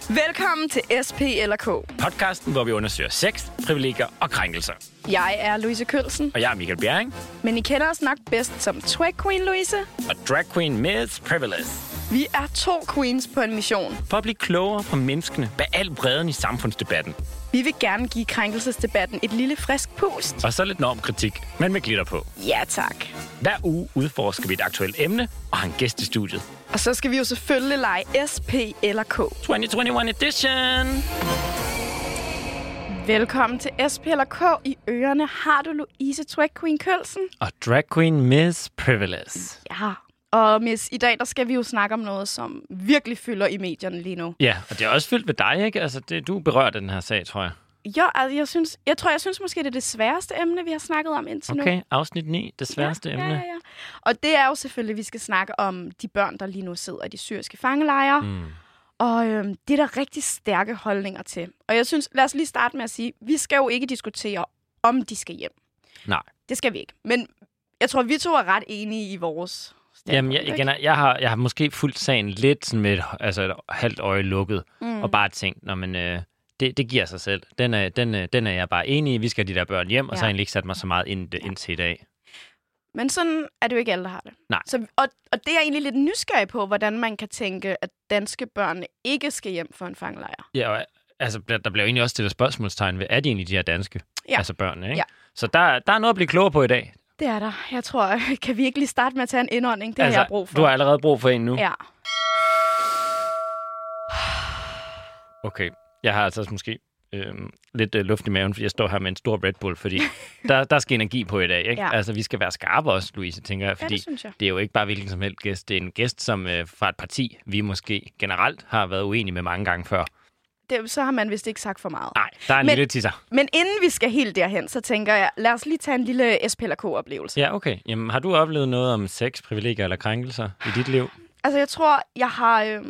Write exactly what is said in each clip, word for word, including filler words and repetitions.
Velkommen til S P eller K. Podcasten, hvor vi undersøger sex, privilegier og krænkelser. Jeg er Louise Kølsen. Og jeg er Michael Bjerring. Men I kender os nok bedst som Drag Queen Louise. Og Drag Queen Miss Privilege. Vi er to queens på en mission. For at blive klogere på menneskene bag al bredden i samfundsdebatten. Vi vil gerne give krænkelsesdebatten et lille frisk pust. Og så lidt normkritik, men med glitter på. Ja, tak. Hver uge udforsker vi et aktuelt emne og har en gæst i studiet. Og så skal vi jo selvfølgelig lege S P eller K. tyve enogtyve edition! Velkommen til S P eller K. I ørerne har du Louise Drag Queen Kølsen. Og Drag Queen Miss Privilege. Ja, og Miss, i dag der skal vi jo snakke om noget, som virkelig fylder i medierne lige nu. Ja, og det er også fyldt ved dig, ikke? Altså, det, du berører den her sag, tror jeg. Ja, altså, jeg, synes, jeg tror, jeg synes måske, det er det sværeste emne, vi har snakket om indtil nu. Okay, afsnit ni, det sværeste ja, emne. Ja, ja, ja. Og det er jo selvfølgelig, at vi skal snakke om de børn, der lige nu sidder i de syriske fangelejre. Mm. Og øhm, det er der rigtig stærke holdninger til. Og jeg synes, lad os lige starte med at sige, vi skal jo ikke diskutere, om de skal hjem. Nej. Det skal vi ikke. Men jeg tror, vi to er ret enige i vores standpunkt. Jamen, jeg, igen, jeg, har, jeg har måske fulgt sagen lidt sådan med et, altså et halvt øje lukket, mm. og bare tænkt, når man... Øh, Det, det giver sig selv. Den er, den, den er jeg bare enig i. Vi skal have de der børn hjem, ja. Og så har jeg egentlig ikke sat mig så meget ind, ind til i dag. Men sådan er det jo ikke alle, der har det. Nej. Så, og, og det er jeg egentlig lidt nysgerrig på, hvordan man kan tænke, at danske børn ikke skal hjem for en fangelejr. Ja, og, altså, der bliver jo egentlig også stillet spørgsmålstegn ved, er de egentlig de her danske? Ja. Altså børnene, ikke? Ja. Så der, der er noget at blive klogere på i dag. Det er der. Jeg tror, kan vi ikke lige starte med at tage en indånding? Det altså, har jeg brug for. Du har allerede brug for en nu? Ja. Okay. Jeg har altså måske... Øhm, lidt øh, luft i maven, fordi jeg står her med en stor Red Bull, fordi der, der skal energi på i dag, ikke? Ja. Altså, vi skal være skarpe også, Louise, tænker jeg, fordi ja, det, synes jeg. det er jo ikke bare hvilken som helst gæst. Det er en gæst, som øh, fra et parti, vi måske generelt har været uenige med mange gange før. Det, så har man vist ikke sagt for meget. Nej, der er en men, lille tisser. Men inden vi skal helt derhen, så tænker jeg, lad os lige tage en lille S P eller K-oplevelse. Ja, okay. Jamen, har du oplevet noget om sex, privilegier eller krænkelser i dit liv? Altså, jeg tror, jeg har... Øh,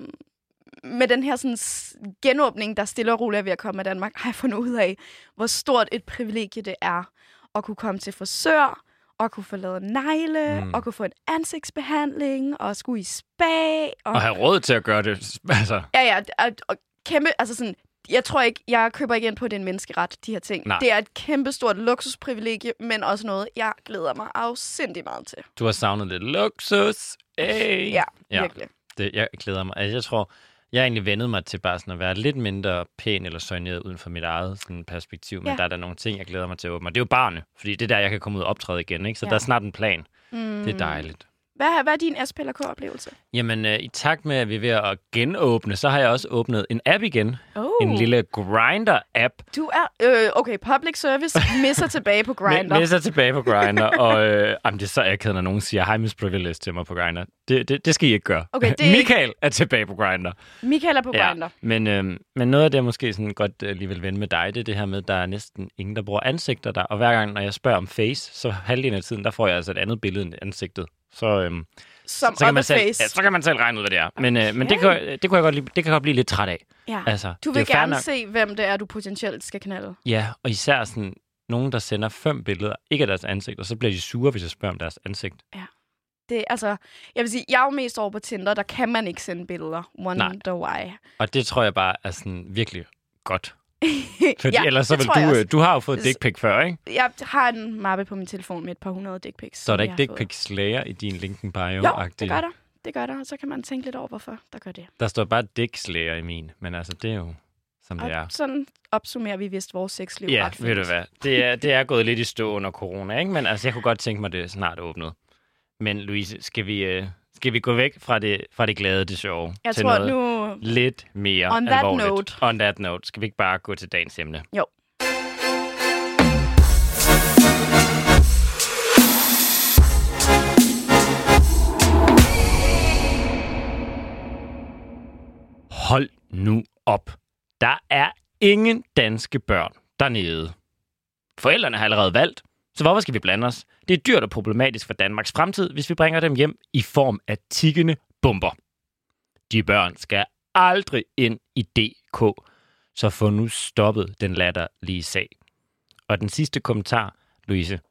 med den her sådan, genåbning, der stille og roligt er ved at komme af Danmark, har jeg fundet ud af, hvor stort et privilegie det er at kunne komme til frisør, og kunne få lavet negle, mm. og kunne få en ansigtsbehandling, og skulle i spa. Og, og have råd til at gøre det. Altså. Ja, ja. Og, og kæmpe, altså sådan, jeg tror ikke, jeg køber ikke ind på, at det er en menneskeret, de her ting. Nej. Det er et kæmpestort luksusprivilegie, men også noget, jeg glæder mig afsindig meget til. Du har savnet lidt luksus. Hey. Ja, virkelig. Ja, det, jeg glæder mig. Altså, jeg tror... Jeg har egentlig vendet mig til bare sådan at være lidt mindre pæn eller søjneret uden for mit eget sådan, perspektiv. Men ja. Der er der nogle ting, jeg glæder mig til at åbne. Og det er jo barne, fordi det er der, jeg kan komme ud og optræde igen. Ikke? Så ja. Der er snart en plan. Mm. Det er dejligt. Hvad, hvad er din S P eller K-oplevelse? Jamen, øh, i takt med, at vi er ved at genåbne, så har jeg også åbnet en app igen. Oh. En lille Grindr-app. Du er... Øh, okay, public service misser tilbage på Grindr. misser tilbage på Grindr. og øh, jamen, det er så akavet, når nogen siger, hej, Miss Privilege til mig på Grindr. Det, det, det skal I ikke gøre. Okay, det er Michael ikke... er tilbage på Grindr. Michael er på ja, Grindr. Men, øh, men noget af det, jeg måske sådan godt øh, alligevel vende med dig, det er det her med, at der er næsten ingen, der bruger ansigter der. Og hver gang, når jeg spørger om face, så halvdelen af tiden, der får jeg altså et andet billede end ansigtet. Så... Øh, Som så, kan man selv, face. ja, så kan man selv regne ud, hvad det er. Men, øh, men det, kan, det, kunne jeg godt lide, det kan jeg godt blive lidt træt af. Ja. Altså, du vil gerne se, hvem det er, du potentielt skal knalde. Ja, og især sådan nogen, der sender fem billeder, ikke af deres ansigt, og så bliver de sure, hvis jeg spørger om deres ansigt. Ja. Det, altså, jeg vil sige, jeg er jo mest over på Tinder, der kan man ikke sende billeder. Wonder why. Og det tror jeg bare er sådan virkelig godt. Fordi ja, ellers så vil du, du har jo fået dick pic før, ikke? Jeg har en mappe på min telefon med et par hundrede dick pics. Så er der ikke dick pic slayer i din LinkedIn bio? Jo, det gør der. Det gør der, og så kan man tænke lidt over, hvorfor der gør det. Der står bare dick slayer i min, men altså, det er jo, som og det er. Sådan opsummerer vi vist vores sexliv. Ja, ret ved du hvad. Det er, det er gået lidt i stå under corona, ikke? Men altså, jeg kunne godt tænke mig, det snart åbnet. Men Louise, skal vi... Øh, Skal vi gå væk fra det, fra det glade, det sjove, jeg til tror, noget nu... lidt mere On alvorligt? That note. On that note. Skal vi ikke bare gå til dagens emne? Jo. Hold nu op. Der er ingen danske børn dernede. Forældrene har allerede valgt, så hvorfor skal vi blande os? Det er dyrt og problematisk for Danmarks fremtid, hvis vi bringer dem hjem i form af tikkende bomber. De børn skal aldrig ind i D K, så få nu stoppet den latterlige sag. Og den sidste kommentar, Louise, mm.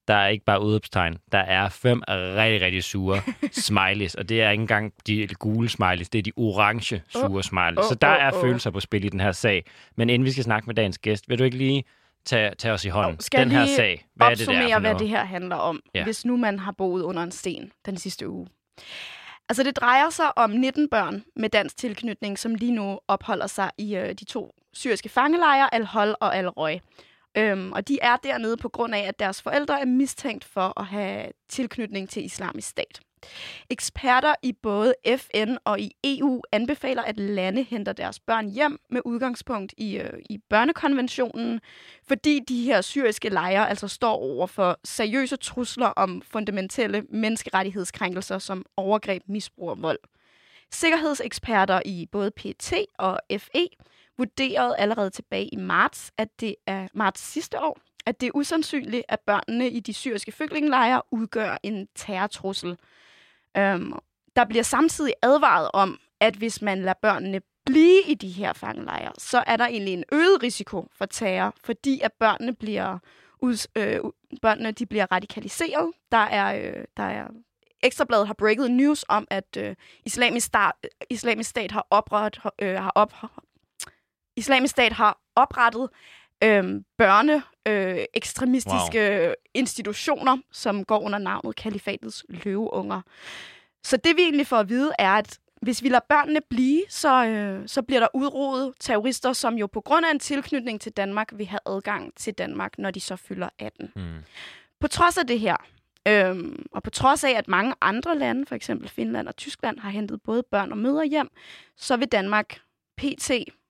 der er ikke bare udråbstegn. Der er fem rigtig, rigtig sure smileys, og det er ikke engang de gule smileys, det er de orange sure oh. smileys. Oh, så der oh, er oh. følelser på spil i den her sag. Men inden vi skal snakke med dagens gæst, vil du ikke lige tage, tage os i hånden? Skal den her sag, hvad er det, der er hvad det her handler om, ja. hvis nu man har boet under en sten den sidste uge? Altså, det drejer sig om nitten børn med dansk tilknytning, som lige nu opholder sig i øh, de to syriske fangelejre, Al-Hol og Al-Roj. Øhm, og de er dernede på grund af, at deres forældre er mistænkt for at have tilknytning til Islamisk Stat. Eksperter i både F N og i E U anbefaler, at lande henter deres børn hjem med udgangspunkt i, øh, i børnekonventionen, fordi de her syriske lejre altså står over for seriøse trusler om fundamentale menneskerettighedskrænkelser som overgreb, misbrug og vold. Sikkerhedseksperter i både P E T og F E vurderede allerede tilbage i marts, at det er marts sidste år, at det er usandsynligt, at børnene i de syriske flygtningelejre udgør en terrortrussel. Øhm, der bliver samtidig advaret om, at hvis man lader børnene blive i de her fangelejre, så er der egentlig en øget risiko for terror, fordi at børnene bliver, ud, øh, børnene, de bliver radikaliseret. Der er, øh, der er Ekstrabladet har breaket news om, at øh, Islamisk, Stat, Islamisk Stat har oprettet øh, har op, Islamisk Stat har oprettet øh, børne øh, ekstremistiske wow. institutioner, som går under navnet Kalifatets løveunger. Så det vi egentlig får at vide er, at hvis vi lader børnene blive, så, øh, så bliver der udrodet terrorister, som jo på grund af en tilknytning til Danmark vil have adgang til Danmark, når de så fylder atten. Mm. På trods af det her, øh, og på trods af, at mange andre lande, for eksempel Finland og Tyskland, har hentet både børn og mødre hjem, så vil Danmark P T,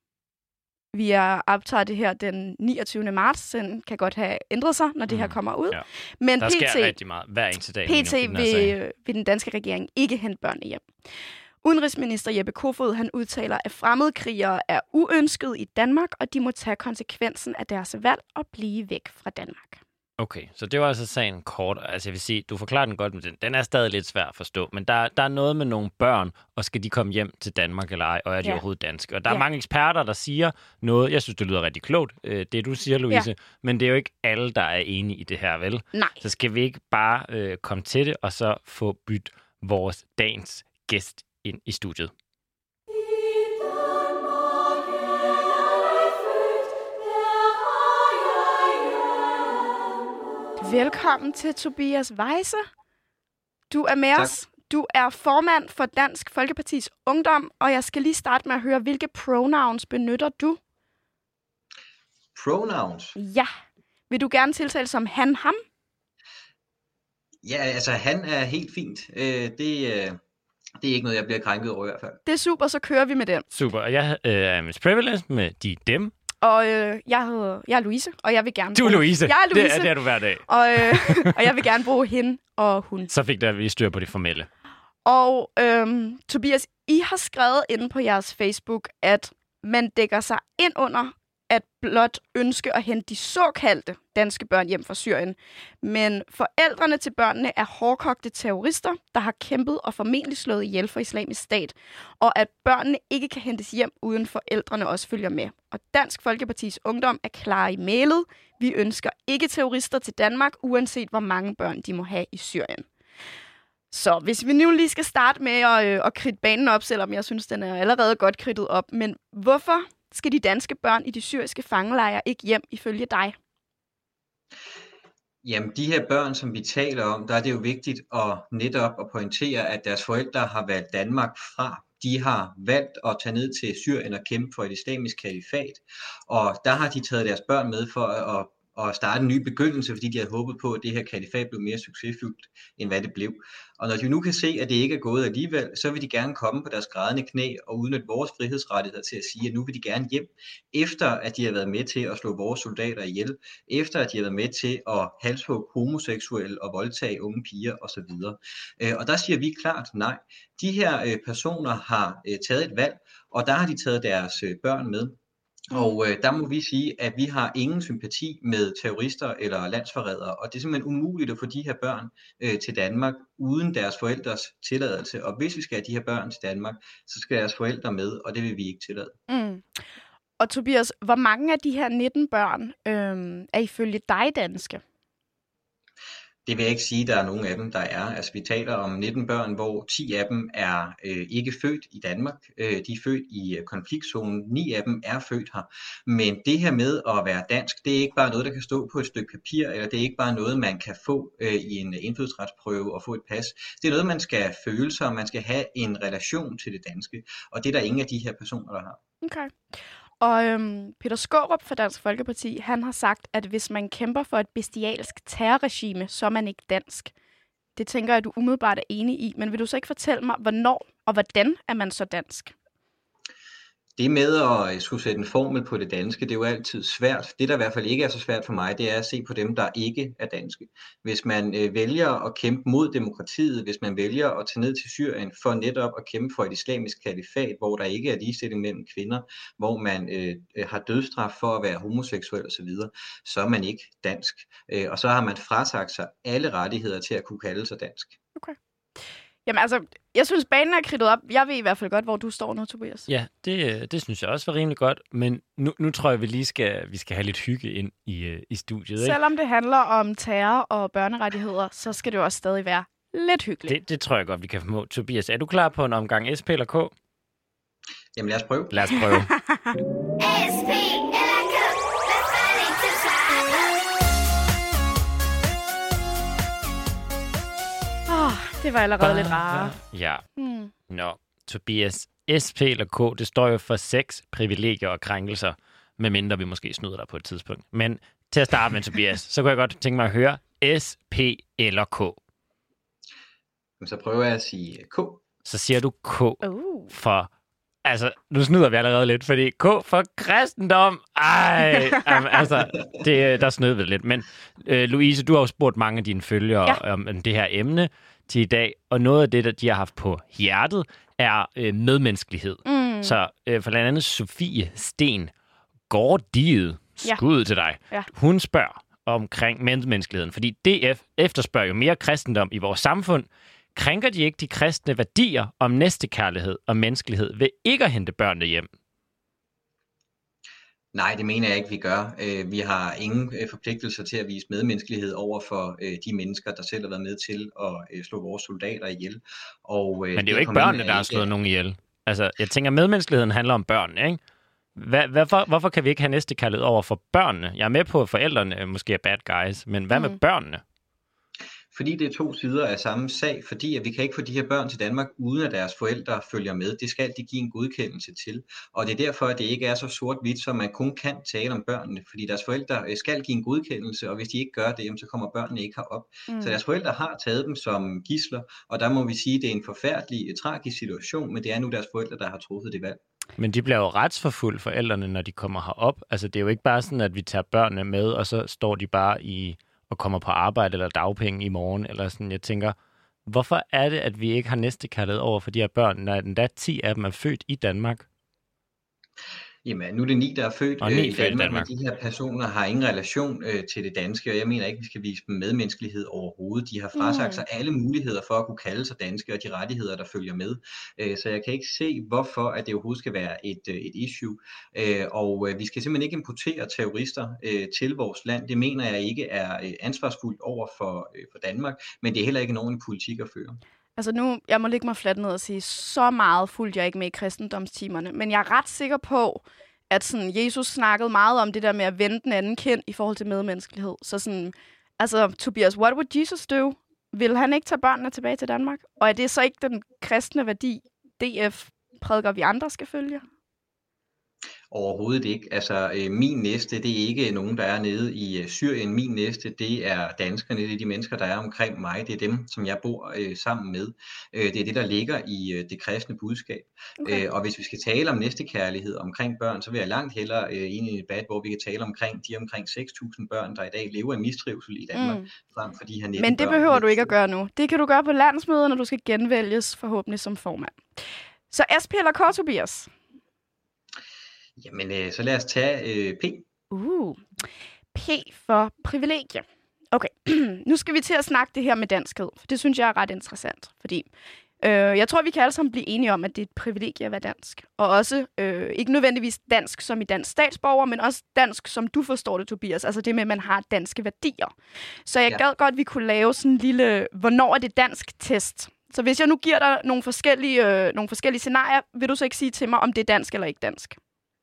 vi er optager det her den niogtyvende marts, den kan godt have ændret sig, når det her kommer ud. Ja. Men der P T, sker rigtig meget hver eneste dag. P T vil, vil den danske regering ikke hente børnene hjem. Udenrigsminister Jeppe Kofod, han udtaler, at fremmedkrigere er uønsket i Danmark, og de må tage konsekvensen af deres valg og blive væk fra Danmark. Okay, så det var altså sagen kort. Altså jeg vil sige, du forklarer den godt, men den, den er stadig lidt svær at forstå. Men der, der er noget med nogle børn, og skal de komme hjem til Danmark eller ej, og er de ja. overhovedet danske? Og der er ja. mange eksperter, der siger noget. Jeg synes, det lyder rigtig klogt, det du siger, Louise. Ja. Men det er jo ikke alle, der er enige i det her, vel? Nej. Så skal vi ikke bare øh, komme til det, og så få byttet vores dagens gæst ind i studiet. Velkommen til Tobias Weise. Du er med tak. os. Du er formand for Dansk Folkepartis Ungdom, og jeg skal lige starte med at høre, hvilke pronouns benytter du? Pronouns? Ja. Vil du gerne tiltale som han, ham? Ja, altså han er helt fint. Øh, det, øh, det er ikke noget, jeg bliver krænket over i hvert fald. Det er super, så kører vi med den. Super, og jeg øh, er Miss Privilege med de dem. Og øh, jeg, hedder, jeg er Louise, og jeg vil gerne Du er bruge... Louise. Jeg er Louise. Det er, det er du hver dag. Og, øh, og jeg vil gerne bruge hende og hun. Så fik der vi styr på det formelle. Og øh, Tobias, I har skrevet inde på jeres Facebook, at man dækker sig ind under at blot ønske at hente de såkaldte danske børn hjem fra Syrien. Men forældrene til børnene er hårdkogte terrorister, der har kæmpet og formentlig slået ihjel for Islamisk Stat, og at børnene ikke kan hentes hjem, uden forældrene også følger med. Og Dansk Folkepartis Ungdom er klar i mailet. Vi ønsker ikke terrorister til Danmark, uanset hvor mange børn de må have i Syrien. Så hvis vi nu lige skal starte med at, øh, at kridte banen op, selvom jeg synes, den er allerede godt kridtet op, men hvorfor skal de danske børn i de syriske fangelejre ikke hjem ifølge dig? Jamen, de her børn, som vi taler om, der er det jo vigtigt at netop at pointere, at deres forældre har valgt Danmark fra. De har valgt at tage ned til Syrien og kæmpe for et islamisk kalifat, og der har de taget deres børn med for at og starte en ny begyndelse, fordi de havde håbet på, at det her kalifat blev mere succesfyldt, end hvad det blev. Og når de nu kan se, at det ikke er gået alligevel, så vil de gerne komme på deres grædende knæ og udnytte vores frihedsrettigheder til at sige, at nu vil de gerne hjem, efter at de har været med til at slå vores soldater ihjel, efter at de har været med til at halshugge homoseksuelle og voldtage unge piger osv. Og der siger vi klart nej. De her personer har taget et valg, og der har de taget deres børn med. Og øh, der må vi sige, at vi har ingen sympati med terrorister eller landsforrædere, og det er simpelthen umuligt at få de her børn øh, til Danmark uden deres forældres tilladelse. Og hvis vi skal have de her børn til Danmark, så skal deres forældre med, og det vil vi ikke tillade. Mm. Og Tobias, hvor mange af de her nitten børn øh, er ifølge dig danske? Det vil jeg ikke sige, der er nogen af dem, der er. Altså vi taler om nitten børn, hvor ti af dem er øh, ikke født i Danmark. Øh, de er født i øh, konfliktzonen. ni af dem er født her. Men det her med at være dansk, det er ikke bare noget, der kan stå på et stykke papir, eller det er ikke bare noget, man kan få øh, i en indfødsretsprøve og få et pas. Det er noget, man skal føle sig, og man skal have en relation til det danske. Og det er der ingen af de her personer, der har. Okay. Og øhm, Peter Skaarup fra Dansk Folkeparti, han har sagt, at hvis man kæmper for et bestialsk terrorregime, så er man ikke dansk. Det tænker jeg, at du umiddelbart er enig i. Men vil du så ikke fortælle mig, hvornår og hvordan er man så dansk? Det med at skulle sætte en formel på det danske, det er jo altid svært. Det, der i hvert fald ikke er så svært for mig, det er at se på dem, der ikke er danske. Hvis man øh, vælger at kæmpe mod demokratiet, hvis man vælger at tage ned til Syrien for netop at kæmpe for et islamisk kalifat, hvor der ikke er ligestilling mellem kvinder, hvor man øh, har dødsstraf for at være homoseksuel osv., så er man ikke dansk. Øh, og så har man frasagt sig alle rettigheder til at kunne kalde sig dansk. Okay. Jamen altså, jeg synes, banen er kridtet op. Jeg ved i hvert fald godt, hvor du står nu, Tobias. Ja, det, det synes jeg også var rimelig godt. Men nu, nu tror jeg, vi lige skal, vi skal have lidt hygge ind i, i studiet. Ikke? Selvom det handler om terror og børnerettigheder, så skal det jo også stadig være lidt hyggeligt. Det, det tror jeg godt, vi kan formå. Tobias, er du klar på en omgang S P eller K? Jamen lad os prøve. Lad os prøve. S P eller K, hvad falder til Åh, det var allerede lidt rarere. Ja. Hmm. Nå, Tobias, S P eller K, det står jo for sex, privilegier og krænkelser, medmindre vi måske snyder dig på et tidspunkt. Men til at starte med, Tobias, så kunne jeg godt tænke mig at høre S P eller K. Så prøver jeg at sige K. Så siger du K Uh. for... Altså, nu snyder vi allerede lidt, fordi K for kristendom. Ej, um, altså, det, der snød vi lidt. Men øh, Louise, du har jo spurgt mange af dine følgere ja. om, om det her emne til i dag, og noget af det, der de har haft på hjertet, er øh, medmenneskelighed. Mm. Så øh, for blandt andet Sofie Sten Gårdiet, skud ja. til dig, ja. hun spørger omkring medmenneskeligheden, fordi D F efterspørger jo mere kristendom i vores samfund. Krænker de ikke de kristne værdier om næstekærlighed og menneskelighed ved ikke at hente børnene hjem? Nej, det mener jeg ikke, vi gør. Vi har ingen forpligtelser til at vise medmenneskelighed over for de mennesker, der selv har været med til at slå vores soldater ihjel. Og Men det er jo det ikke børnene, der har slået nogen ihjel. Altså, jeg tænker, medmenneskeligheden handler om børnene, ikke? Hvad, hvorfor, hvorfor kan vi ikke have næstekærlighed over for børnene? Jeg er med på, at forældrene måske er bad guys, men hvad mm. med børnene? Fordi det er to sider af samme sag, fordi at vi kan ikke få de her børn til Danmark, uden at deres forældre følger med. Det skal de give en godkendelse til. Og det er derfor, at det ikke er så sort-hvidt, som man kun kan tale om børnene. Fordi deres forældre skal give en godkendelse, og hvis de ikke gør det, så kommer børnene ikke herop. Mm. Så deres forældre har taget dem som gidsler, og der må vi sige, at det er en forfærdelig, tragisk situation, men det er nu deres forældre, der har truffet det valg. Men de bliver jo retsforfulgt, forældrene, når de kommer herop. Altså, det er jo ikke bare sådan, at vi tager børnene med, og så står de bare i... og kommer på arbejde eller dagpenge i morgen, eller sådan. Jeg tænker, hvorfor er det, at vi ikke har næstekærlighed over for de her børn, når endda ti af dem er født i Danmark? Jamen, nu er det ni, der er født og øh, ni i født Danmark, Danmark, men de her personer har ingen relation øh, til det danske, og jeg mener ikke, vi skal vise dem medmenneskelighed overhovedet. De har frasagt sig alle muligheder for at kunne kalde sig danske, og de rettigheder, der følger med. Øh, så jeg kan ikke se, hvorfor at det overhovedet skal være et, øh, et issue. Øh, og øh, vi skal simpelthen ikke importere terrorister øh, til vores land. Det mener jeg ikke er øh, ansvarsfuldt over for, øh, for Danmark, men det er heller ikke en ordentlig politik at føre. Altså nu, jeg må lægge mig fladt ned og sige, så meget fulgte jeg ikke med i kristendomstimerne, men jeg er ret sikker på, at sådan, Jesus snakkede meget om det der med at vende den anden kind i forhold til medmenneskelighed. Så sådan, altså Tobias, what would Jesus do? Vil han ikke tage børnene tilbage til Danmark? Og er det så ikke den kristne værdi, D F prædiker, vi andre skal følge? Overhovedet ikke. Altså øh, min næste, det er ikke nogen, der er nede i øh, Syrien. Min næste, det er danskerne, det er de mennesker, der er omkring mig. Det er dem, som jeg bor øh, sammen med. Øh, det er det, der ligger i øh, det kristne budskab. Okay. Øh, og hvis vi skal tale om næstekærlighed omkring børn, så vil jeg langt hellere øh, ind i en debat, hvor vi kan tale omkring de omkring seks tusind børn, der i dag lever i mistrivsel i Danmark, mm. frem for de her nitten Men det børn, behøver du ikke at gøre nu. Det kan du gøre på landsmødet, når du skal genvælges forhåbentlig som formand. Så S P eller K, Tobias? Jamen, øh, så lad os tage øh, P. Uh, P for privilegie. Okay, nu skal vi til at snakke det her med danskhed, for det synes jeg er ret interessant. Fordi Øh, jeg tror, vi kan alle sammen blive enige om, at det er et privilegie at være dansk. Og også øh, ikke nødvendigvis dansk som i dansk statsborger, men også dansk, som du forstår det, Tobias. Altså det med, at man har danske værdier. Så jeg ja. gad godt, at vi kunne lave sådan en lille, hvornår er det dansk test. Så hvis jeg nu giver dig nogle forskellige, øh, nogle forskellige scenarier, vil du så ikke sige til mig, om det er dansk eller ikke dansk?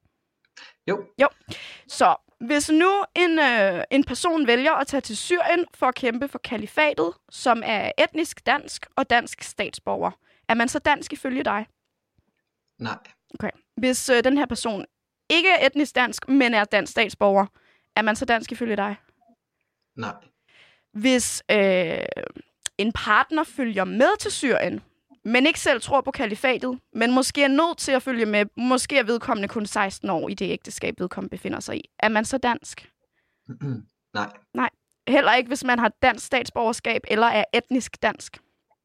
Jo. Jo. Så hvis nu en, øh, en person vælger at tage til Syrien for at kæmpe for kalifatet, som er etnisk dansk og dansk statsborger, er man så dansk ifølge dig? Nej. Okay. Hvis øh, den her person ikke er etnisk dansk, men er dansk statsborger, er man så dansk ifølge dig? Nej. Hvis øh, en partner følger med til Syrien, men ikke selv tror på kalifatet, men måske er nødt til at følge med, måske er vedkommende kun seksten år i det ægteskab, vedkommende befinder sig i. Er man så dansk? Nej. Nej. Heller ikke, hvis man har dansk statsborgerskab eller er etnisk dansk.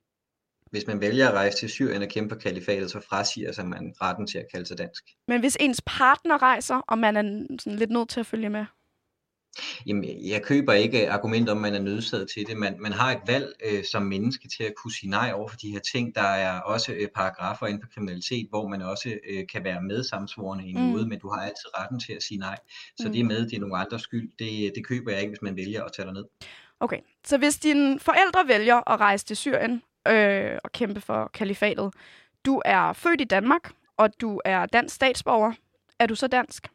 Hvis man vælger at rejse til Syrien og kæmpe for kalifatet, så frasiger sig man retten til at kalde sig dansk. Men hvis ens partner rejser, og man er sådan lidt nødt til at følge med? Jamen, jeg køber ikke argument om, at man er nødsaget til det. Man, man har et valg øh, som menneske til at kunne sige nej over for de her ting. Der er også øh, paragrafer inden for kriminalitet, hvor man også øh, kan være medsamsvorende i noget, mm. men du har altid retten til at sige nej. Så mm. det med, det er nogle andres skyld, det, det køber jeg ikke, hvis man vælger at tage dig ned. Okay, så hvis dine forældre vælger at rejse til Syrien øh, og kæmpe for kalifatet, du er født i Danmark, og du er dansk statsborger, er du så dansk?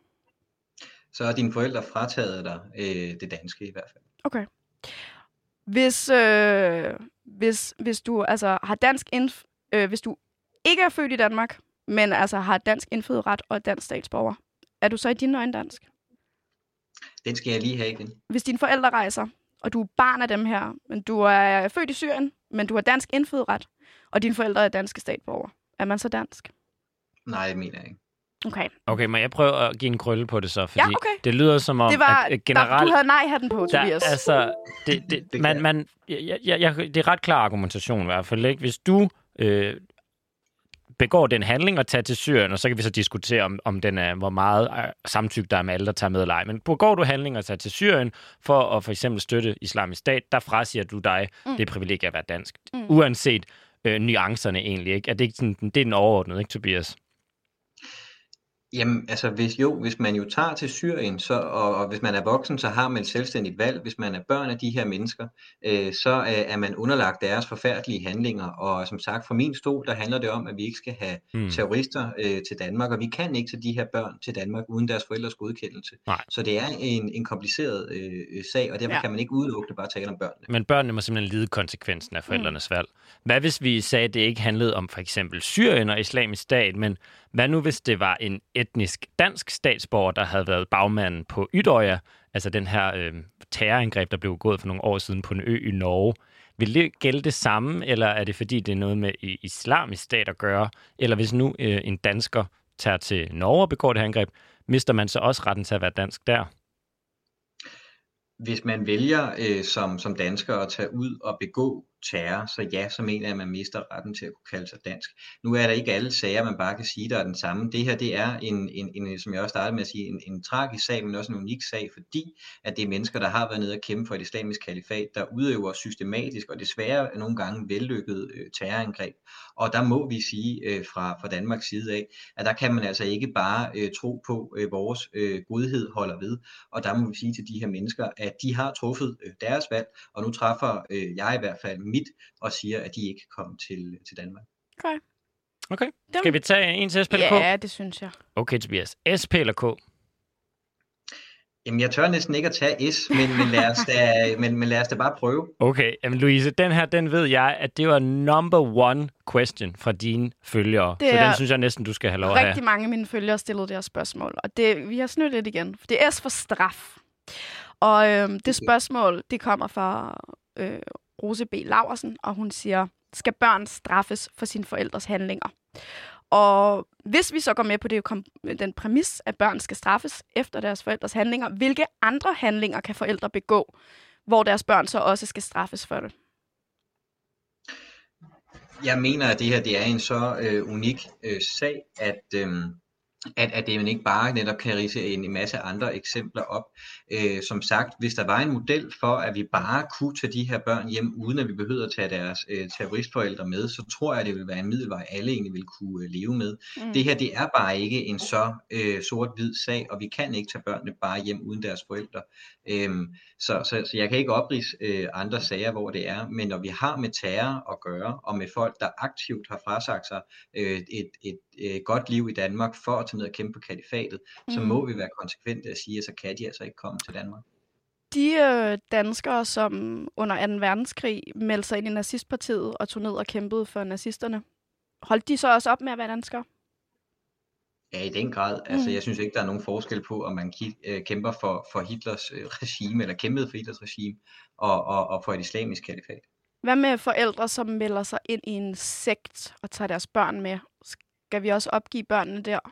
Så har dine forældre frataget dig øh, det danske i hvert fald. Okay. Hvis, øh, hvis, hvis du altså har dansk indf- øh, hvis du ikke er født i Danmark, men altså har dansk indfødsret og er dansk statsborger, er du så i dine øjne dansk? Den skal jeg lige have igen. Hvis dine forældre rejser, og du er barn af dem her, men du er født i Syrien, men du har dansk indfødsret, og dine forældre er danske statsborger, er man så dansk? Nej, det mener jeg ikke. Okay. Okay, men jeg prøver at give en krølle på det så, fordi ja, okay. det lyder som om, det var, at generelt... Der, du havde nej-hatten på, Tobias. Der, altså, det, det, det, man, man, jeg, jeg, jeg, det er ret klar argumentation i hvert fald, ikke? Hvis du øh, begår den handling og tager til Syrien, og så kan vi så diskutere, om, om den er, hvor meget samtykke der er med alle, der tager med eller ej. Men begår du handling og tager til Syrien for at for eksempel støtte Islamisk Stat, der frasiger du dig mm. det privilegie at være dansk. Mm. Uanset øh, nuancerne egentlig, ikke? Er det, ikke sådan, det er den overordnede, ikke, Tobias? Jamen, altså hvis jo, hvis man jo tager til Syrien, så, og, og hvis man er voksen, så har man et selvstændigt valg. Hvis man er børn af de her mennesker, øh, så øh, er man underlagt deres forfærdelige handlinger. Og som sagt, fra min stol, der handler det om, at vi ikke skal have mm. terrorister øh, til Danmark, og vi kan ikke tage de her børn til Danmark uden deres forældres godkendelse. Nej. Så det er en, en kompliceret øh, sag, og derfor ja. kan man ikke udelukkende bare tale om børnene. Men børnene må simpelthen lide konsekvensen af forældrenes mm. valg. Hvad hvis vi sagde, at det ikke handlede om for eksempel Syrien og Islamisk Stat, men hvad nu hvis det var en etnisk dansk statsborger, der havde været bagmanden på Utøya, altså den her øh, terrorangreb, der blev gået for nogle år siden på en ø i Norge? Vil det gælde det samme, eller er det fordi, det er noget med Islamisk Stat at gøre? Eller hvis nu øh, en dansker tager til Norge og begår det her angreb, mister man så også retten til at være dansk der? Hvis man vælger øh, som, som dansker at tage ud og begå terror, så ja, så mener jeg, at man mister retten til at kunne kalde sig dansk. Nu er der ikke alle sager, man bare kan sige, der er den samme. Det her, det er en, en, en som jeg også startede med at sige, en, en tragisk sag, men også en unik sag, fordi at det er mennesker, der har været nede og kæmpe for et islamisk kalifat, der udøver systematisk og desværre nogle gange vellykket øh, terrorangreb. Og der må vi sige øh, fra, fra Danmarks side af, at der kan man altså ikke bare øh, tro på, øh, vores øh, godhed holder ved. Og der må vi sige til de her mennesker, at de har truffet øh, deres valg, og nu træffer øh, jeg i hvert fald mit, og siger, at de ikke kan komme til, til Danmark. Okay. Okay. Skal vi tage en til S, P eller K? Ja, det synes jeg. Okay, Tobias. S, P eller K? Jamen, jeg tør næsten ikke at tage S, men, men, lad, os da, men, men lad os da bare prøve. Okay, jamen Louise, den her, den ved jeg, at det var number one question fra dine følgere. Det så den synes jeg næsten, du skal have lov at have. Rigtig mange af mine følgere stillede det her spørgsmål, og det, vi har snydt lidt igen. Det er S for straf. Og øhm, det spørgsmål, det kommer fra øh, Rose B. Laursen, og hun siger, skal børn straffes for sine forældres handlinger? Og hvis vi så går med på det, den præmis, at børn skal straffes efter deres forældres handlinger, hvilke andre handlinger kan forældre begå, hvor deres børn så også skal straffes for det? Jeg mener, at det her det er en så øh, unik øh, sag, at, øh, at, at det ikke bare netop kan ridse en, en masse andre eksempler op. Øh, som sagt, hvis der var en model for, at vi bare kunne tage de her børn hjem, uden at vi behøvede at tage deres øh, terroristforældre med, så tror jeg, det ville være en middelvej, alle egentlig ville kunne øh, leve med. Mm. Det her, det er bare ikke en så øh, sort-hvid sag, og vi kan ikke tage børnene bare hjem uden deres forældre. Øhm, så, så, så jeg kan ikke opridse øh, andre sager, hvor det er, men når vi har med terror at gøre, og med folk, der aktivt har frasagt sig øh, et, et, et, et godt liv i Danmark, for at tage ned og kæmpe på kalifatet, mm. så må vi være konsekvente at sige, at så kan de altså ikke komme til Danmark. De øh, danskere, som under anden verdenskrig meldte sig ind i nazistpartiet og tog ned og kæmpede for nazisterne, holdt de så også op med at være danskere? Ja, i den grad. Mm. Altså, jeg synes ikke, der er nogen forskel på, om man kæmper for, for Hitlers øh, regime, eller kæmpede for Hitlers regime, og, og, og for et islamisk kalifat. Hvad med forældre, som melder sig ind i en sekt og tager deres børn med? Skal vi også opgive børnene der?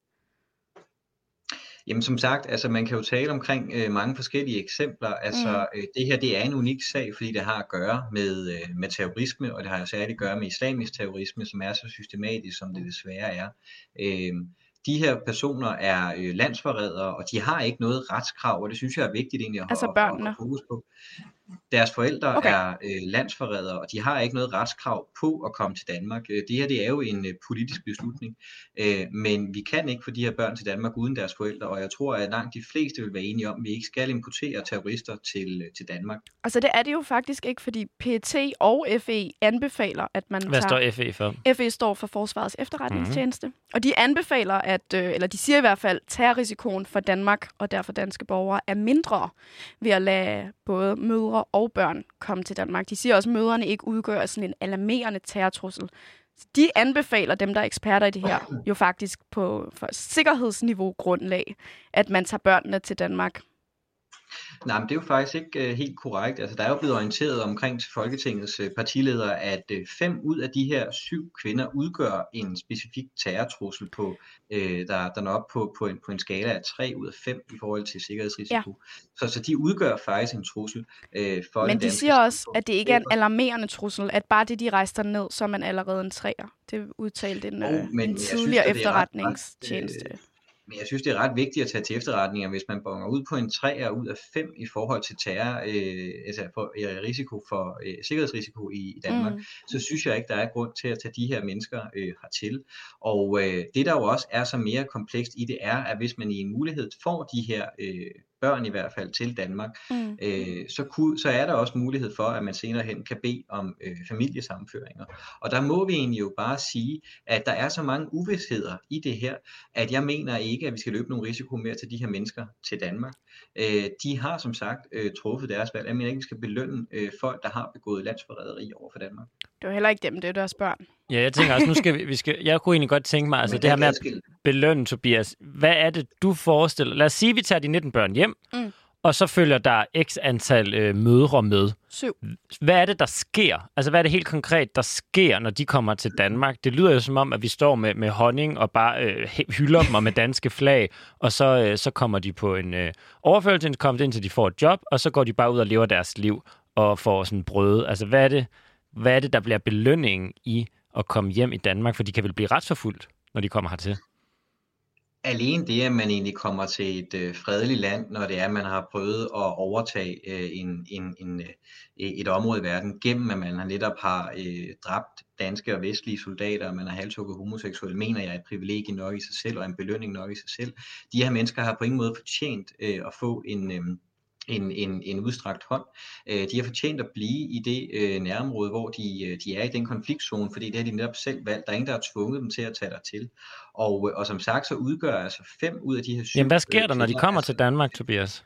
Jamen som sagt, altså man kan jo tale omkring øh, mange forskellige eksempler. Altså mm. øh, det her, det er en unik sag, fordi det har at gøre med, øh, med terrorisme, og det har særligt at gøre med islamisk terrorisme, som er så systematisk, som det desværre er. Øh, de her personer er øh, landsforrædere, og de har ikke noget retskrav, og det synes jeg er vigtigt egentlig at, altså at, børnene. at, at fokus på. Deres forældre okay. er øh, landsforrædere, og de har ikke noget retskrav på at komme til Danmark. Det her, det er jo en øh, politisk beslutning, øh, men vi kan ikke få de her børn til Danmark uden deres forældre, og jeg tror, at langt de fleste vil være enige om, at vi ikke skal importere terrorister til, øh, til Danmark. Altså det er det jo faktisk ikke, fordi P E T og F E anbefaler, at man Hvad tager... står F E for? F E står for Forsvarets Efterretningstjeneste, mm-hmm. og de anbefaler, at, øh, eller de siger i hvert fald, at terrorrisikoen for Danmark og derfor danske borgere er mindre ved at lade både mødre og børn komme til Danmark. De siger også, at mødrene ikke udgør sådan en alarmerende terrortrussel. De anbefaler dem, der er eksperter i det her, jo faktisk på for sikkerhedsniveau grundlag, at man tager børnene til Danmark. Nej, men det er jo faktisk ikke uh, helt korrekt. Altså, der er jo blevet orienteret omkring til Folketingets uh, partiledere, at uh, fem ud af de her syv kvinder udgør en specifik terrortrussel, på, uh, der, der når op på, på, en, på en skala af tre ud af fem i forhold til sikkerhedsrisiko. Ja. Så, så de udgør faktisk en trussel uh, for Men de siger også, at det ikke er en alarmerende trussel, at bare det, de rejser ned, så er man allerede en træer. Det udtalte en, oh, uh, en tidligere synes, efterretningstjeneste. Ret, uh, Men jeg synes, det er ret vigtigt at tage til efterretninger, hvis man bonger ud på en treer ud af fem i forhold til terror, øh, altså for, øh, risiko for øh, sikkerhedsrisiko i, i Danmark, mm. så synes jeg ikke, der er grund til at tage de her mennesker øh, hertil. Og øh, det, der jo også er så mere komplekst i det, er, at hvis man i en mulighed får de her øh, børn i hvert fald til Danmark, mm. øh, så, kunne, så er der også mulighed for, at man senere hen kan bede om øh, familiesammenføringer. Og der må vi egentlig jo bare sige, at der er så mange uvidsheder i det her, at jeg mener ikke, at vi skal løbe nogen risiko med at tage de her mennesker til Danmark. Øh, de har som sagt øh, truffet deres valg. Jeg mener ikke, at vi skal belønne øh, folk, der har begået landsforræderi over for Danmark. Det er heller ikke dem, det er deres børn. Ja, jeg tænker også, nu skal vi, vi skal, jeg kunne egentlig godt tænke mig, altså det her med at belønne, Tobias. Hvad er det, du forestiller? Lad os sige, at vi tager de nitten børn hjem, mm. og så følger der x antal øh, mødre med. Syv. Hvad er det, der sker? Altså, hvad er det helt konkret, der sker, når de kommer til Danmark? Det lyder jo som om, at vi står med, med honning og bare øh, hylder dem og med danske flag, og så, øh, så kommer de på en øh, overførselsindkomst, indtil de får et job, og så går de bare ud og lever deres liv og får sådan brød. Altså, hvad er det, hvad er det der bliver belønningen i at komme hjem i Danmark? For de kan vel blive retsforfulgt, når de kommer hertil? Alene det, at man egentlig kommer til et øh, fredeligt land, når det er, at man har prøvet at overtage øh, en, en, en, øh, et område i verden, gennem at man har netop har øh, dræbt danske og vestlige soldater, og man har halshugget homoseksuelle, mener jeg er et privilegie nok i sig selv, og en belønning nok i sig selv. De her mennesker har på ingen måde fortjent øh, at få en... Øh, En, en, en udstrakt hånd. De har fortjent at blive i det øh, nærområde, hvor de, de er i den konfliktzone, fordi det har de netop selv valgt. Der er ingen, der har tvunget dem til at tage dertil. Og, og som sagt, så udgør altså fem ud af de her syv... Jamen, hvad sker der, når de kommer til Danmark, Tobias?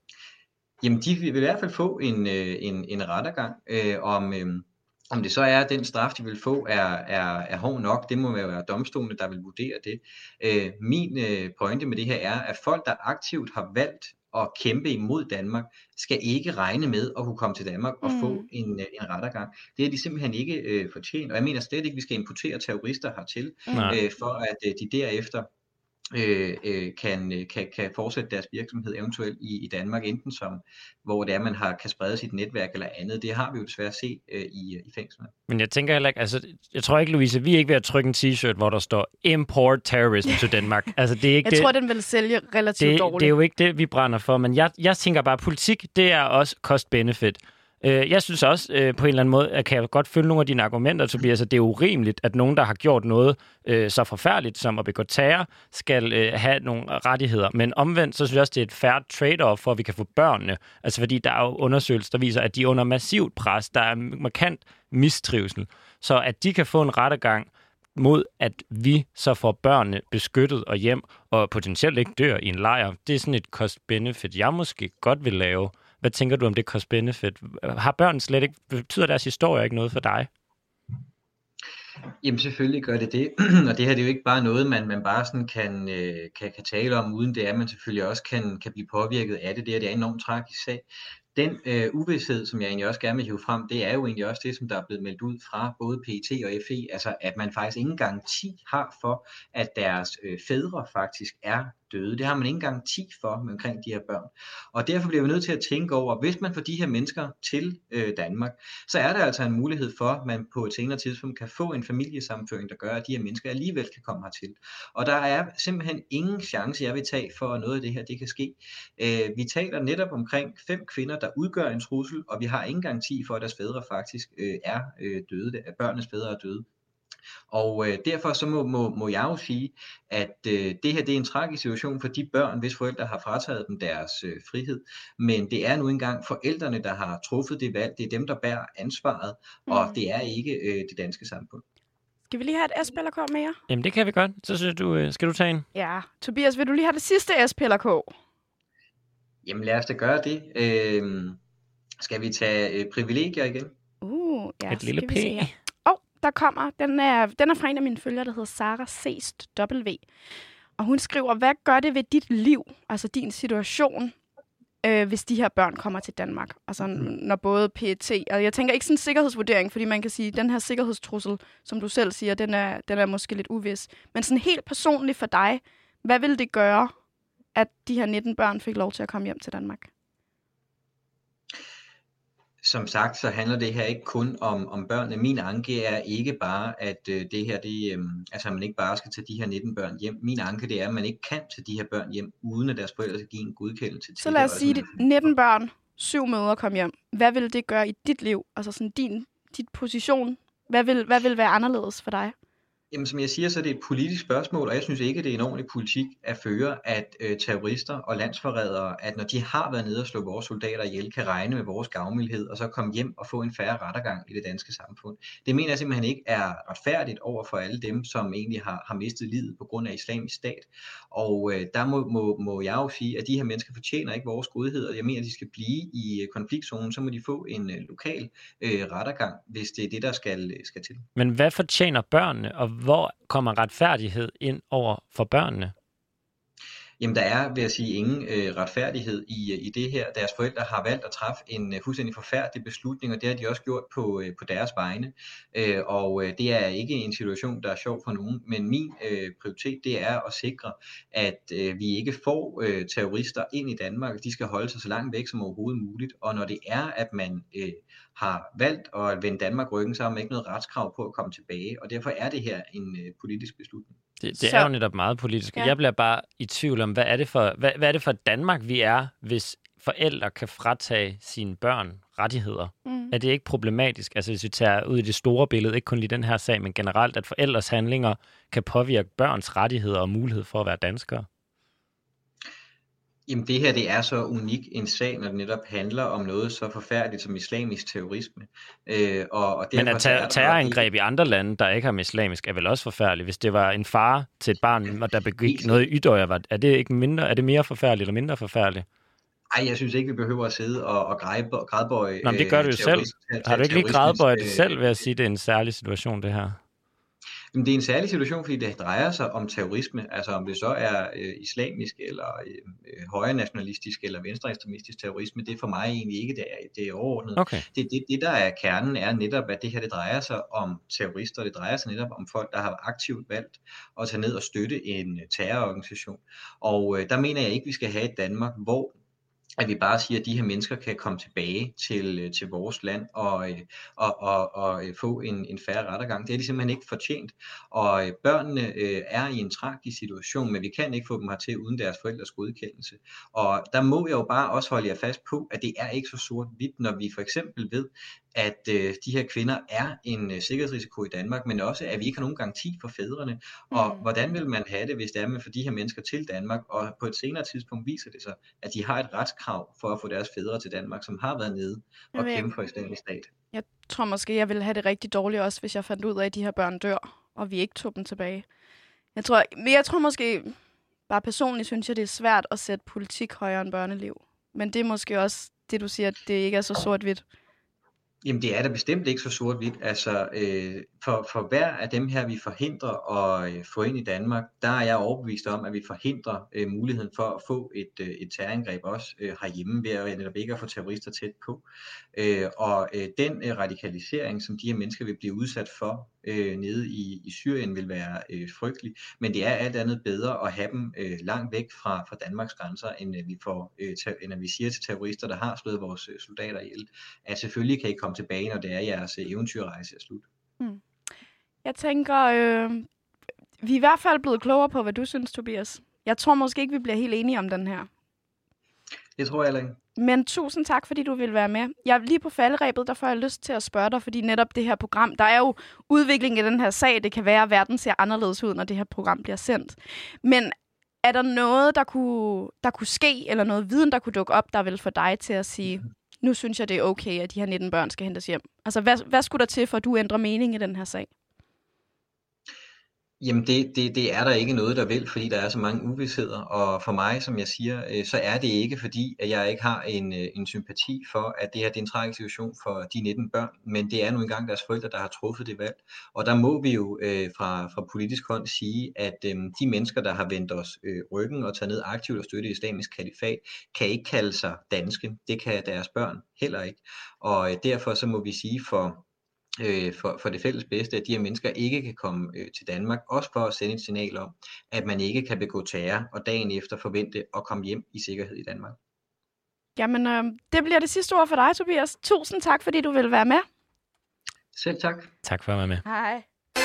Jamen, de vil i hvert fald få en, en, en rettergang øh, om... Øh, Om det så er, at den straf, de vil få, er, er, er hård nok, det må være domstolene, der vil vurdere det. Øh, min øh, pointe med det her er, at folk, der aktivt har valgt at kæmpe imod Danmark, skal ikke regne med at kunne komme til Danmark og mm. få en, en rettergang. Det er de simpelthen ikke øh, fortjent, og jeg mener slet ikke, at vi skal importere terrorister hertil, mm. øh, for at øh, de derefter øh, øh, kan, kan, kan fortsætte deres virksomhed eventuelt i, i Danmark, enten som, hvor det er, man har, kan sprede sit netværk eller andet. Det har vi jo desværre set øh, i, i fængslerne. Men jeg tænker heller ikke, altså, jeg tror ikke, Louise, vi er ikke ved at trykke en t-shirt, hvor der står import terrorism to Danmark. Altså, det er ikke Jeg det, tror, den vil sælge relativt det, dårligt. det er jo ikke det, vi brænder for, men jeg, jeg tænker bare, politik, det er også cost-benefit. Jeg synes også på en eller anden måde, at kan jeg godt følge nogle af dine argumenter, Tobias, at det er urimeligt, at nogen, der har gjort noget øh, så forfærdeligt som at begå terror, skal øh, have nogle rettigheder. Men omvendt, så synes jeg også, det er et fair trade-off for, at vi kan få børnene. Altså fordi der er jo undersøgelser, der viser, at de er under massivt pres. Der er markant mistrivsel. Så at de kan få en rettergang mod, at vi så får børnene beskyttet og hjem, og potentielt ikke dør i en lejr, det er sådan et cost-benefit, jeg måske godt vil lave. Hvad tænker du om det cost-benefit? Har børn slet ikke, betyder deres historie ikke noget for dig? Jamen selvfølgelig gør det det, og det her det er jo ikke bare noget, man, man bare sådan kan, øh, kan, kan tale om, uden det er, man selvfølgelig også kan, kan blive påvirket af det. Det er, det er en enormt tragisk sag. Den øh, uvished, som jeg egentlig også gerne vil hive frem, det er jo egentlig også det, som der er blevet meldt ud fra både P E T og F E, altså at man faktisk ingen garanti har for, at deres øh, fædre faktisk er døde. Det har man ingen garanti for omkring de her børn. Og derfor bliver vi nødt til at tænke over, hvis man får de her mennesker til øh, Danmark, så er der altså en mulighed for, at man på et senere tidspunkt kan få en familiesammenføring, der gør, at de her mennesker alligevel kan komme hertil. Og der er simpelthen ingen chance, jeg vil tage for, at noget af det her det kan ske. Øh, vi taler netop omkring fem kvinder, der udgør en trussel, og vi har ingen garanti for, at deres fædre faktisk øh, er øh, døde, at børnenes fædre er døde. Og øh, derfor så må, må, må jeg jo sige, at øh, det her det er en tragisk situation for de børn, hvis forældre har frataget dem deres øh, frihed. Men det er nu engang forældrene, der har truffet det valg. Det er dem, der bærer ansvaret, mm. og det er ikke øh, det danske samfund. Skal vi lige have et S P eller K mere? Jamen det kan vi godt. Så synes du, øh, skal du tage en? Ja. Tobias, vil du lige have det sidste S P eller K? Jamen lad os da gøre det. Øh, skal vi tage øh, privilegier igen? Uh, ja, et lille P. Åh, oh, der kommer. Den er, den er fra en af mine følgere, der hedder Sara Seest W. Og hun skriver, hvad gør det ved dit liv, altså din situation, øh, hvis de her børn kommer til Danmark? Altså mm. når både P E T, og jeg tænker ikke sådan en sikkerhedsvurdering, fordi man kan sige, at den her sikkerhedstrussel, som du selv siger, den er, den er måske lidt uvis. Men sådan helt personligt for dig, hvad vil det gøre, at de her nitten børn fik lov til at komme hjem til Danmark? Som sagt, så handler det her ikke kun om, om børnene. Min anke er ikke bare, at øh, det her, det, øh, altså man ikke bare skal tage de her nitten børn hjem. Min anke, det er, at man ikke kan tage de her børn hjem, uden at deres forældre skal give en godkendelse til det. Så lad os sige, at nitten børn, syv mødre kom hjem. Hvad vil det gøre i dit liv? Altså sådan din, dit position. Hvad vil, hvad vil være anderledes for dig? Jamen, som jeg siger, så er det et politisk spørgsmål, og jeg synes ikke, det er en ordentlig politik at føre, at øh, terrorister og landsforrædere, at når de har været nede og slå vores soldater ihjel, kan regne med vores gavmildhed, og så komme hjem og få en færre rettergang i det danske samfund. Det mener jeg simpelthen ikke er retfærdigt over for alle dem, som egentlig har, har mistet livet på grund af islamisk stat. Og øh, der må, må, må jeg jo sige, at de her mennesker fortjener ikke vores godhed, og jeg mener, at de skal blive i konfliktzonen, så må de få en øh, lokal øh, rettergang, hvis det er det, der skal, skal til. Men hvad fortjener børnene, og hvor kommer retfærdighed ind over for børnene? Jamen der er, vil jeg sige, ingen øh, retfærdighed i, i det her. Deres forældre har valgt at træffe en øh, fuldstændig forfærdelig beslutning, og det har de også gjort på, øh, på deres vegne. Øh, og øh, det er ikke en situation, der er sjov for nogen, men min øh, prioritet, det er at sikre, at øh, vi ikke får øh, terrorister ind i Danmark. De skal holde sig så langt væk som overhovedet muligt, og når det er, at man øh, har valgt at vende Danmark ryggen, så har man ikke noget retskrav på at komme tilbage, og derfor er det her en øh, politisk beslutning. Det, det er jo netop meget politisk. Ja. Jeg bliver bare i tvivl om, hvad er det for, hvad, hvad er det for Danmark, vi er, hvis forældre kan fratage sine børn rettigheder? Mm. Er det ikke problematisk, altså hvis vi tager ud i det store billede, ikke kun lige den her sag, men generelt, at forældres handlinger kan påvirke børns rettigheder og mulighed for at være danskere? Jamen det her, det er så unik en sag, når det netop handler om noget så forfærdeligt som islamisk terrorisme. Øh, og, og Men at ter- terrorangreb i andre lande, der ikke har med islamisk, er vel også forfærdeligt. Hvis det var en far til et barn, og der begik noget i Ydøjer, er det ikke mindre, er det mere forfærdeligt eller mindre forfærdeligt? Ej, jeg synes ikke, vi behøver at sidde og, og grædbøje. Nå, men det gør du jo selv. Har du ikke lige grædbøjet det selv ved at sige, at det er en særlig situation, det her? Jamen, det er en særlig situation, fordi det drejer sig om terrorisme, altså om det så er øh, islamisk eller øh, højre nationalistisk eller venstreekstremistisk terrorisme, det er for mig egentlig ikke det, er, det er overordnet. Okay. Det, det, det, der er kernen, er netop, at det her det drejer sig om terrorister, det drejer sig netop om folk, der har aktivt valgt at tage ned og støtte en terrororganisation. Og øh, der mener jeg ikke, vi skal have et Danmark, hvor at vi bare siger, at de her mennesker kan komme tilbage til, til vores land og, og, og, og få en, en færre rettergang. Det er de simpelthen ikke fortjent. Og børnene øh, er i en tragisk situation, men vi kan ikke få dem hertil uden deres forældres godkendelse. Og der må jeg jo bare også holde jer fast på, at det er ikke så sort-hvidt, når vi for eksempel ved, at øh, de her kvinder er en øh, sikkerhedsrisiko i Danmark, men også at vi ikke har nogen garanti for fædrene. Og mm. hvordan vil man have det, hvis det er med for de her mennesker til Danmark, og på et senere tidspunkt viser det sig, at de har et retskrav for at få deres fædre til Danmark, som har været nede og kæmpe for Islamisk Stat. Jeg tror måske, jeg ville have det rigtig dårligt også, hvis jeg fandt ud af, at de her børn dør, og vi ikke tog dem tilbage. Jeg tror, men jeg tror måske, bare personligt synes jeg, det er svært at sætte politik højere end børneliv. Men det er måske også det, du siger, at det ikke er så sort-hvidt. Jamen det er da bestemt ikke så sort-hvidt. Altså øh, for, for hver af dem her, vi forhindrer at øh, få ind i Danmark, der er jeg overbevist om, at vi forhindrer øh, muligheden for at få et, øh, et terrorangreb også øh, herhjemme, ved at netop ikke at få terrorister tæt på. Øh, og øh, den øh, radikalisering, som de her mennesker vil blive udsat for øh, nede i, i Syrien, vil være øh, frygtelig. Men det er alt andet bedre at have dem øh, langt væk fra, fra Danmarks grænser, end at vi får, øh, ter- end at vi siger til terrorister, der har slået vores øh, soldater ihjel, at selvfølgelig kan I komme tilbage, når det er jeres eventyrrejse er slut. Hmm. Jeg tænker, øh, vi er i hvert fald blevet klogere på, hvad du synes, Tobias. Jeg tror måske ikke, vi bliver helt enige om den her. Det tror jeg heller ikke. Men tusind tak, fordi du vil være med. Jeg er lige på falderebet, der får jeg lyst til at spørge dig, fordi netop det her program, der er jo udvikling i den her sag. Det kan være, at verden ser anderledes ud, når det her program bliver sendt. Men er der noget, der kunne, der kunne ske, eller noget viden, der kunne dukke op, der vil få dig til at sige, nu synes jeg, det er okay, at de her nitten børn skal hentes hjem? Altså, hvad, hvad skulle der til, for at du ændrer mening i den her sag? Jamen det, det, det er der ikke noget, der vil, fordi der er så mange uvidsheder, og for mig, som jeg siger, så er det ikke fordi, at jeg ikke har en, en sympati for, at det her det er en tragisk situation for de nitten børn, men det er nu engang deres forældre, der har truffet det valg, og der må vi jo øh, fra, fra politisk hånd sige, at øh, de mennesker, der har vendt os øh, ryggen og taget ned aktivt og støttet Islamisk Kalifat, kan ikke kalde sig danske, det kan deres børn heller ikke, og øh, derfor så må vi sige for Øh, for, for det fælles bedste, at de her mennesker ikke kan komme øh, til Danmark, også for at sende et signal om, at man ikke kan begå terror, og dagen efter forvente at komme hjem i sikkerhed i Danmark. Jamen, øh, det bliver det sidste ord for dig, Tobias. Tusind tak, fordi du vil være med. Selv tak. Tak for at være med. Hej.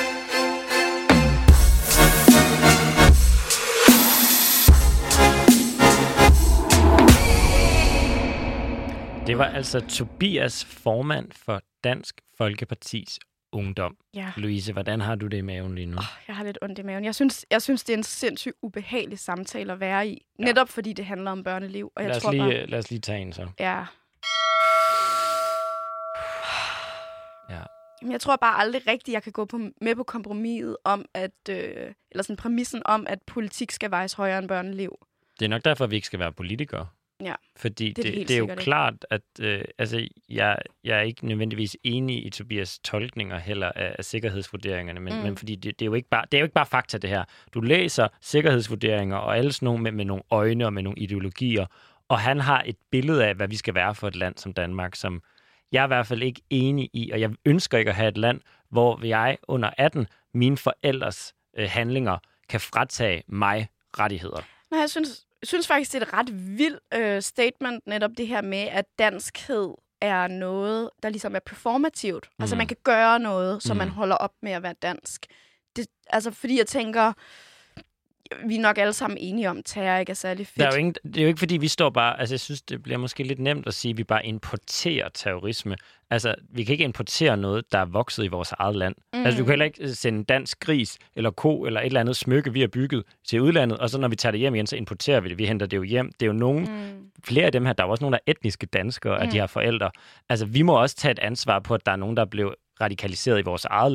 Det var altså Tobias, formand for Dansk Folkepartis Ungdom. Ja. Louise, hvordan har du det i maven lige nu? Oh, jeg har lidt ondt i maven. Jeg synes, jeg synes, det er en sindssygt ubehagelig samtale at være i. Ja. Netop fordi det handler om børneliv. Og jeg lad, os tror lige, bare... lad os lige tage en så. Ja. Ja. Jamen, jeg tror bare aldrig rigtigt, jeg kan gå på, med på kompromiset om, at... Øh, eller sådan præmissen om, at politik skal vejes højere end børneliv. Det er nok derfor, vi ikke skal være politikere. Ja, Fordi det er, det, det det er jo sikkert, klart, at øh, altså, jeg, jeg er ikke nødvendigvis enig i Tobias' tolkninger heller af, af sikkerhedsvurderingerne, men, mm. men fordi det, det, er jo ikke bare, det er jo ikke bare fakta, det her. Du læser sikkerhedsvurderinger og alle sådan nogle med, med nogle øjne og med nogle ideologier, og han har et billede af, hvad vi skal være for et land som Danmark, som jeg er i hvert fald ikke enig i, og jeg ønsker ikke at have et land, hvor jeg under atten, mine forældres øh, handlinger, kan fratage mig rettigheder. Nej, jeg synes... Jeg synes faktisk, det er et ret vildt øh, statement, netop det her med, at danskhed er noget, der ligesom er performativt. Mm. Altså, man kan gøre noget, så mm. man holder op med at være dansk. Det, altså, fordi jeg tænker, vi er nok alle sammen enige om, at terror ikke er særlig fedt. Der er jo ingen, det er jo ikke, fordi vi står bare... Altså, jeg synes, det bliver måske lidt nemt at sige, at vi bare importerer terrorisme. Altså, vi kan ikke importere noget, der er vokset i vores eget land. Mm. Altså, du kan heller ikke sende dansk gris eller ko eller et eller andet smykke, vi har bygget til udlandet, og så når vi tager det hjem igen, så importerer vi det. Vi henter det jo hjem. Det er jo nogen... Mm. Flere af dem her, der er også nogle, der er etniske danskere, mm. af de her forældre. Altså, vi må også tage et ansvar på, at der er nogen, der er blevet radikaliseret i vores eget land.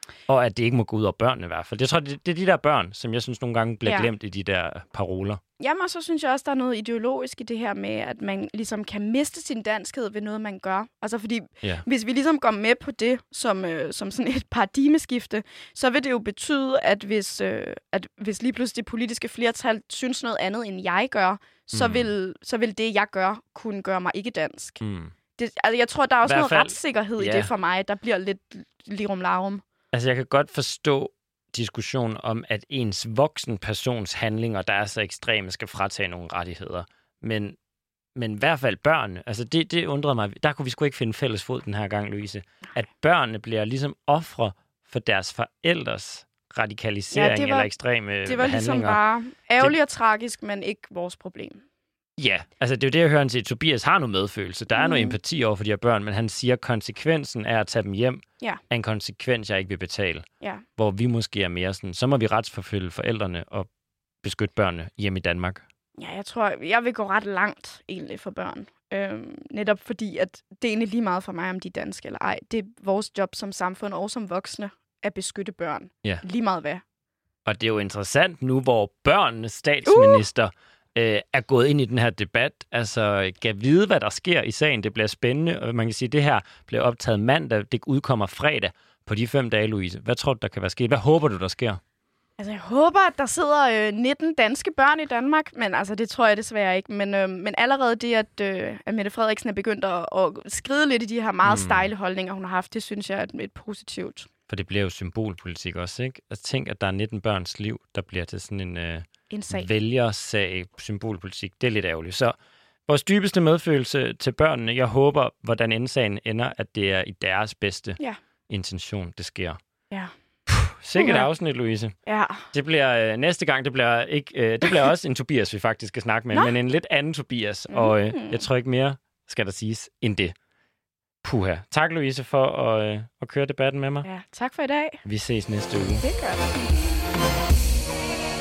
Og at det ikke må gå ud over børnene i hvert fald. Jeg tror, det, det er de der børn, som jeg synes nogle gange bliver Ja. glemt i de der paroler. Jamen, og så synes jeg også, der er noget ideologisk i det her med, at man ligesom kan miste sin danskhed ved noget, man gør. Altså fordi, Ja. hvis vi ligesom går med på det som, øh, som sådan et paradigmeskifte, så vil det jo betyde, at hvis, øh, at hvis lige pludselig det politiske flertal synes noget andet, end jeg gør, så, Mm. vil, så vil det, jeg gør, kunne gøre mig ikke dansk. Mm. Det, altså, jeg tror, der er også I hvert noget fald- retssikkerhed ja. i det for mig, der bliver lidt lirum larum. Altså, jeg kan godt forstå diskussion om, at ens voksen persons handlinger, der er så ekstreme, skal fratage nogle rettigheder. Men, men i hvert fald børn, altså det, det undrede mig. Der kunne vi sgu ikke finde fælles fod den her gang, Louise. At børnene bliver ligesom ofre for deres forældres radikalisering Ja, det var- eller ekstreme Det var ligesom handlinger. bare ærgerligt og tragisk, men ikke vores problem. Ja, altså det er jo det, jeg hører han sige. Tobias har noget medfølelse. Der er mm. noget Mhm. empati over for de her børn, men han siger, at konsekvensen er at tage dem hjem, Ja. er en konsekvens, jeg ikke vil betale. Ja. Hvor vi måske er mere sådan, så må vi retsforfølge forældrene og beskytte børnene hjemme i Danmark. Ja, jeg tror, jeg vil gå ret langt egentlig for børn. Øhm, netop fordi, at det er egentlig lige meget for mig, om de er danske eller ej. Det er vores job som samfund og som voksne at beskytte børn. Ja. Lige meget hvad. Og det er jo interessant nu, hvor børnenes statsminister uh! øh, er gået ind i den her debat. Altså, kan vide, hvad der sker i sagen. Det bliver spændende, og man kan sige, at det her bliver optaget mandag. Det udkommer fredag på de fem dage, Louise. Hvad tror du, der kan være sket? Hvad håber du, der sker? Altså, jeg håber, at der sidder øh, nitten danske børn i Danmark, men altså, det tror jeg desværre ikke. Men, øh, men allerede det, at, øh, at Mette Frederiksen er begyndt at, at skride lidt i de her meget Mm. stejle holdninger, hun har haft, det synes jeg er et, et positivt For det bliver jo symbolpolitik også, ikke? Altså, tænk, at der er nitten børns liv, der bliver til sådan en øh, indsag. vælgersag, symbolpolitik. Det er lidt ærgerligt. Så vores dybeste medfølelse til børnene, jeg håber, hvordan indsagen ender, at det er i deres bedste Ja. intention, det sker. Ja. Sikkert Uha. afsnit, Louise. Ja. Det bliver øh, næste gang, det bliver ikke øh, det bliver også en Tobias, vi faktisk skal snakke med, Nå. men en lidt anden Tobias. Mm. Og øh, Mm. jeg tror ikke mere skal der siges end det. Puha. Tak, Louise, for at, øh, at køre debatten med mig. Ja. Tak for i dag. Vi ses næste uge. Det gør det.